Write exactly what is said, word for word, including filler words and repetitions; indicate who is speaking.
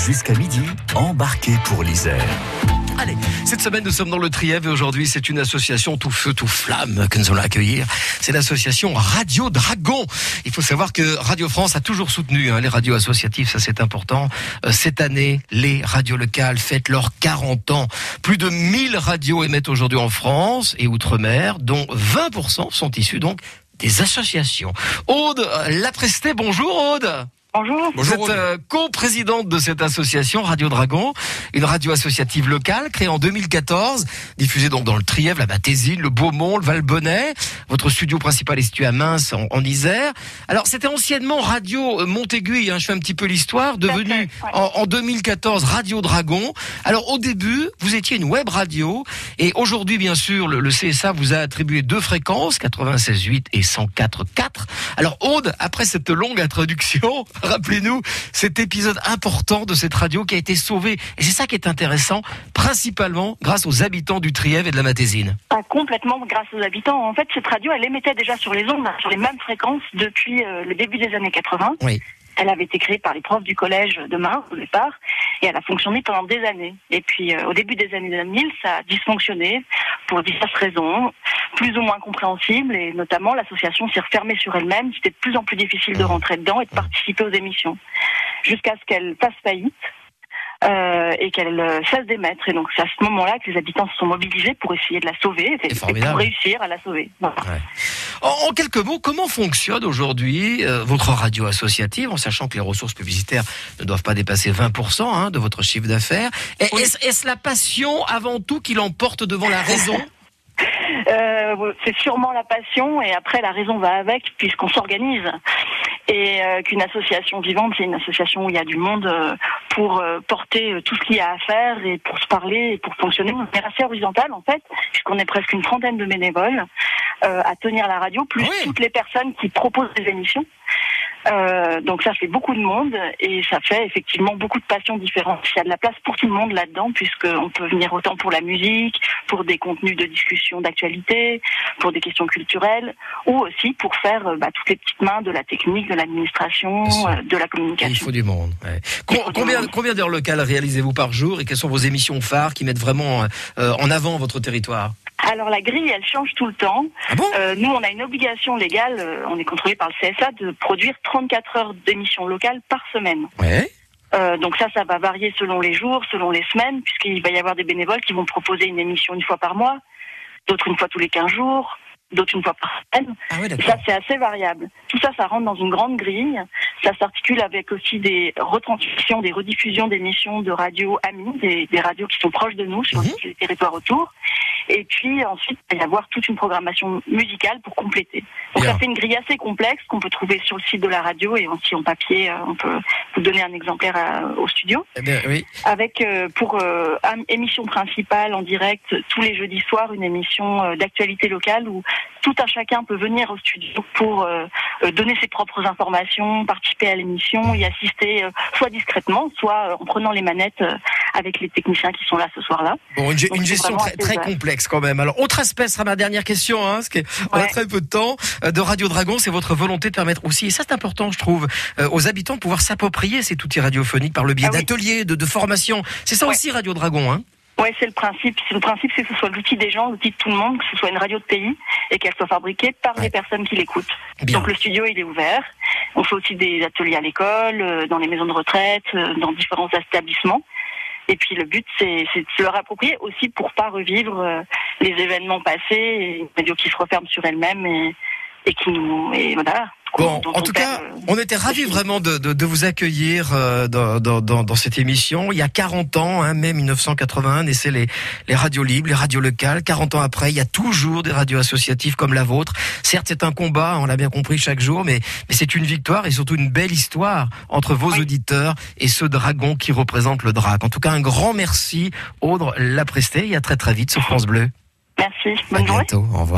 Speaker 1: Jusqu'à midi, embarquez pour l'Isère.
Speaker 2: Allez, cette semaine nous sommes dans le Trièves et aujourd'hui c'est une association tout feu tout flamme que nous allons accueillir. C'est l'association Radio Dragon. Il faut savoir que Radio France a toujours soutenu hein, les radios associatives, ça c'est important. Euh, cette année, les radios locales fêtent leurs quarante ans. Plus de mille radios émettent aujourd'hui en France et outre-mer, dont vingt pour cent sont issus donc des associations. Aude Lapresté, bonjour Aude.
Speaker 3: Bonjour.
Speaker 2: Vous êtes euh, co-présidente de cette association Radio Dragon, une radio associative locale créée en deux mille quatorze, diffusée donc dans le Trièves, la Batézine, le Beaumont, le Valbonnet. Votre studio principal est situé à Mins, en, en Isère. Alors, c'était anciennement Radio Montéguille, hein, je fais un petit peu l'histoire, devenue
Speaker 3: ouais.
Speaker 2: en, en deux mille quatorze Radio Dragon. Alors, au début, vous étiez une web radio, et aujourd'hui, bien sûr, le, le C S A vous a attribué deux fréquences, quatre-vingt-seize virgule huit et cent quatre virgule quatre. Alors, Aude, après cette longue introduction, rappelez-nous cet épisode important de cette radio qui a été sauvée. Et c'est ça qui est intéressant, principalement grâce aux habitants du Trièves et de la Batézine.
Speaker 3: Ah, complètement grâce aux habitants. En fait, cette radio, elle émettait déjà sur les ondes, sur les mêmes fréquences depuis euh, le début des années quatre-vingts.
Speaker 2: Oui.
Speaker 3: Elle avait été créée par les profs du collège de Mins au départ et elle a fonctionné pendant des années. Et puis euh, au début des années deux mille, ça a dysfonctionné pour diverses raisons, plus ou moins compréhensibles, et notamment l'association s'est refermée sur elle-même. C'était de plus en plus difficile de rentrer dedans et de participer aux émissions, jusqu'à ce qu'elle fasse faillite. Euh, et qu'elle euh, cesse d'émettre. Et donc c'est à ce moment-là que les habitants se sont mobilisés pour essayer de la sauver et, et pour réussir à la sauver. Voilà.
Speaker 2: Ouais. En, en quelques mots, comment fonctionne aujourd'hui euh, votre radio associative, en sachant que les ressources publicitaires ne doivent pas dépasser vingt pour cent hein, de votre chiffre d'affaires. Et, oui. est-ce, est-ce la passion avant tout qui l'emporte devant la raison?
Speaker 3: euh, C'est sûrement la passion, et après la raison va avec, puisqu'on s'organise. Et euh, qu'une association vivante, c'est une association où il y a du monde euh, pour euh, porter euh, tout ce qu'il y a à faire et pour se parler et pour fonctionner. On est assez horizontal en fait, puisqu'on est presque une trentaine de bénévoles euh, à tenir la radio, plus oui. toutes les personnes qui proposent des émissions. Euh, donc ça fait beaucoup de monde et ça fait effectivement beaucoup de passions différentes. Il y a de la place pour tout le monde là-dedans, puisqu'on peut venir autant pour la musique, pour des contenus de discussion d'actualité, pour des questions culturelles, ou aussi pour faire bah, toutes les petites mains de la technique, de l'administration, euh, de la communication.
Speaker 2: Il faut du monde. Ouais. Com- combien, combien d'heures locales réalisez-vous par jour et quelles sont vos émissions phares qui mettent vraiment euh, en avant votre territoire ?
Speaker 3: Alors la grille, elle change tout le temps.
Speaker 2: Ah bon
Speaker 3: euh, nous, on a une obligation légale, euh, on est contrôlé par le C S A, de produire trente-quatre heures d'émissions locales par semaine.
Speaker 2: Ouais.
Speaker 3: Euh, donc ça, ça va varier selon les jours, selon les semaines, puisqu'il va y avoir des bénévoles qui vont proposer une émission une fois par mois, d'autres une fois tous les quinze jours, d'autres une fois par semaine.
Speaker 2: Ah ouais,
Speaker 3: ça, c'est assez variable. Tout ça, ça rentre dans une grande grille. Ça s'articule avec aussi des retransmissions, des rediffusions d'émissions de radio amies, des, des radios qui sont proches de nous, sur mmh. les territoires autour. Et puis ensuite, il va y avoir toute une programmation musicale pour compléter. Donc Bien. Ça fait une grille assez complexe qu'on peut trouver sur le site de la radio et aussi en papier. On peut vous donner un exemplaire à, au studio.
Speaker 2: Eh bien, oui.
Speaker 3: Avec euh, pour euh, émission principale en direct tous les jeudis soirs une émission euh, d'actualité locale où tout un chacun peut venir au studio pour euh, donner ses propres informations, participer à l'émission, y assister euh, soit discrètement, soit euh, en prenant les manettes euh, avec les techniciens qui sont là ce soir-là.
Speaker 2: Bon, une, Donc, une gestion très, très complexe quand même. Alors, autre aspect sera ma dernière question, hein, parce qu'on ouais. a très peu de temps, euh, de Radio Dragon, c'est votre volonté de permettre aussi, et ça c'est important je trouve, euh, aux habitants de pouvoir s'approprier ces outils radiophoniques par le biais ah, d'ateliers, oui. de, de formations. C'est ça ouais. aussi Radio Dragon, hein?
Speaker 3: Ouais, c'est le principe. C'est le principe, c'est que ce soit l'outil des gens, l'outil de tout le monde, que ce soit une radio de pays et qu'elle soit fabriquée par ouais. les personnes qui l'écoutent. Bien. Donc le studio, il est ouvert. On fait aussi des ateliers à l'école, dans les maisons de retraite, dans différents établissements. Et puis le but, c'est, c'est de se le rapproprier aussi pour pas revivre les événements passés, et une radio qui se referme sur elle-même et, et qui nous, et voilà.
Speaker 2: Bon, en tout cas, on était ravis vraiment de, de, de vous accueillir euh, dans, dans, dans cette émission. Il y a quarante ans, hein, mai dix-neuf cent quatre-vingt-un, naissaient les, les radios libres, les radios locales. quarante ans après, il y a toujours des radios associatives comme la vôtre. Certes, c'est un combat, on l'a bien compris chaque jour, mais, mais c'est une victoire et surtout une belle histoire entre vos oui. auditeurs et ce dragon qui représente le drac. En tout cas, un grand merci, Aude Lapresté, et à très très vite sur France Bleu.
Speaker 3: Merci, bonne
Speaker 2: journée. À bientôt, au revoir.